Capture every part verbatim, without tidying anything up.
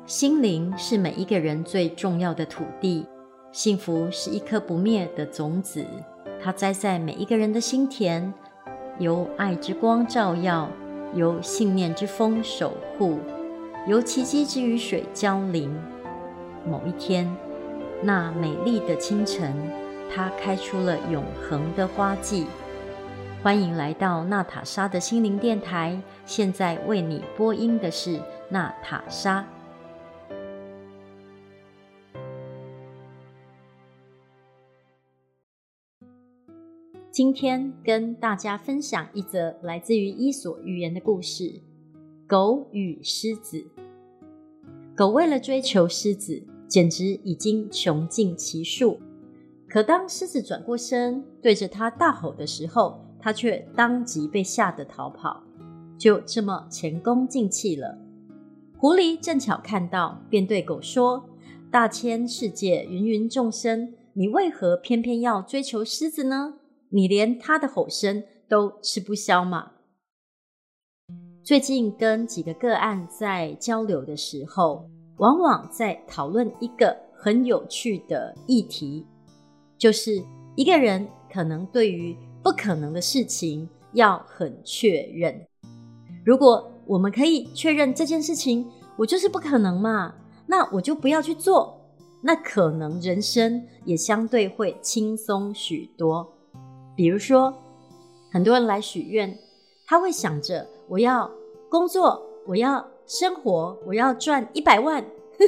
心灵是每一个人最重要的土地，幸福是一颗不灭的种子，它栽在每一个人的心田，由爱之光照耀，由信念之风守护，由奇迹之雨水浇淋。某一天，那美丽的清晨，它开出了永恒的花季。欢迎来到娜塔莎的心灵电台，现在为你播音的是娜塔莎。今天跟大家分享一则来自于伊索寓言的故事，狗与狮子。狗为了追求狮子，简直已经穷尽其数，可当狮子转过身对着它大吼的时候，它却当即被吓得逃跑，就这么前功尽弃了。狐狸正巧看到，便对狗说：大千世界，芸芸众生，你为何偏偏要追求狮子呢？你连它的吼声都吃不消嘛。最近跟几个个案在交流的时候，往往在讨论一个很有趣的议题，就是一个人可能对于不可能的事情要很确认。如果我们可以确认这件事情我就是不可能嘛，那我就不要去做，那可能人生也相对会轻松许多。比如说，很多人来许愿，他会想着我要工作，我要生活，我要赚一百万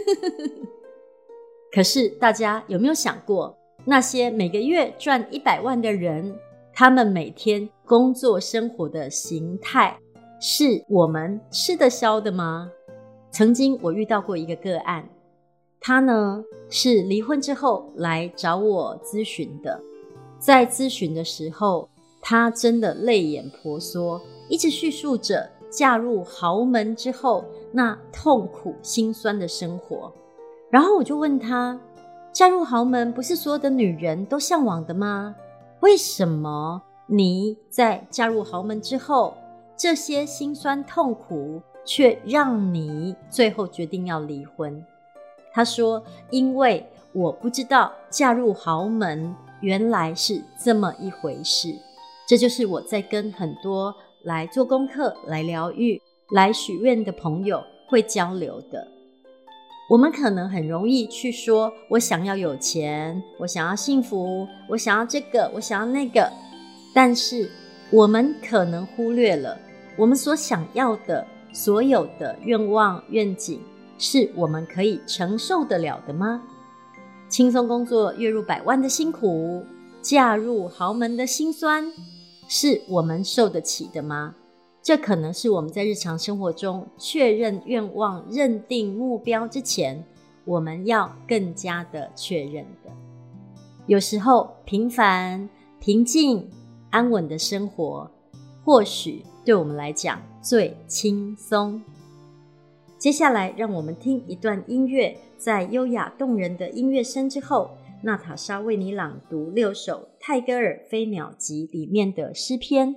可是大家有没有想过，那些每个月赚一百万的人，他们每天工作生活的形态是我们吃得消的吗？曾经我遇到过一个个案，他呢是离婚之后来找我咨询的。在咨询的时候，他真的泪眼婆娑，一直叙述着嫁入豪门之后那痛苦心酸的生活。然后我就问他，嫁入豪门不是所有的女人都向往的吗？为什么你在嫁入豪门之后，这些辛酸痛苦却让你最后决定要离婚？他说，因为我不知道嫁入豪门原来是这么一回事。这就是我在跟很多来做功课、来疗愈、来许愿的朋友会交流的。我们可能很容易去说，我想要有钱，我想要幸福，我想要这个，我想要那个，但是我们可能忽略了，我们所想要的所有的愿望愿景，是我们可以承受得了的吗？轻松工作月入百万的辛苦，嫁入豪门的辛酸，是我们受得起的吗？这可能是我们在日常生活中确认愿望、认定目标之前，我们要更加的确认的。有时候平凡、平静、安稳的生活，或许对我们来讲最轻松。接下来让我们听一段音乐，在优雅动人的音乐声之后，娜塔莎为你朗读六首泰戈尔《飞鸟集》里面的诗篇。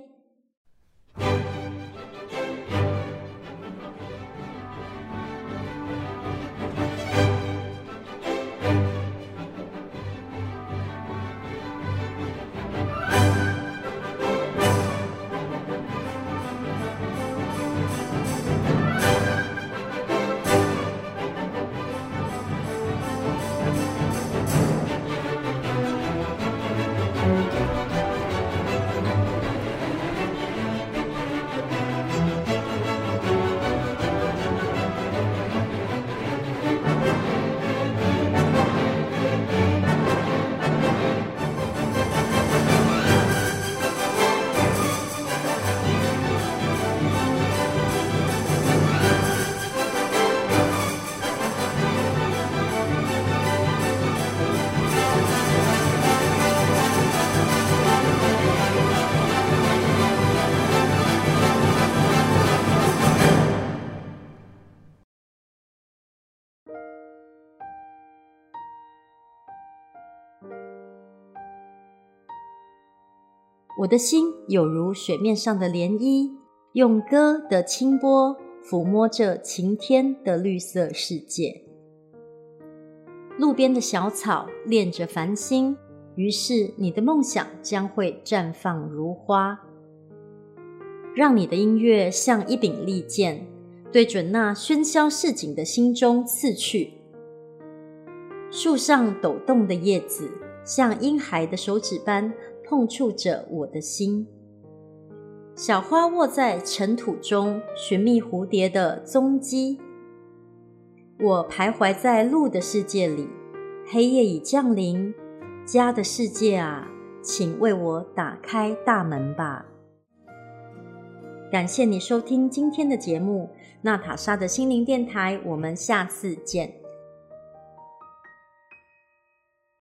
我的心有如水面上的涟漪，用歌的清波抚摸着晴天的绿色世界。路边的小草恋着繁星，于是你的梦想将会绽放如花。让你的音乐像一柄利剑，对准那喧嚣市井的心中刺去。树上抖动的叶子像婴孩的手指般碰触着我的心。小花卧在尘土中，寻觅蝴蝶的踪迹。我徘徊在鹿的世界里，黑夜已降临，家的世界啊，请为我打开大门吧。感谢你收听今天的节目，娜塔莎的心灵电台，我们下次见。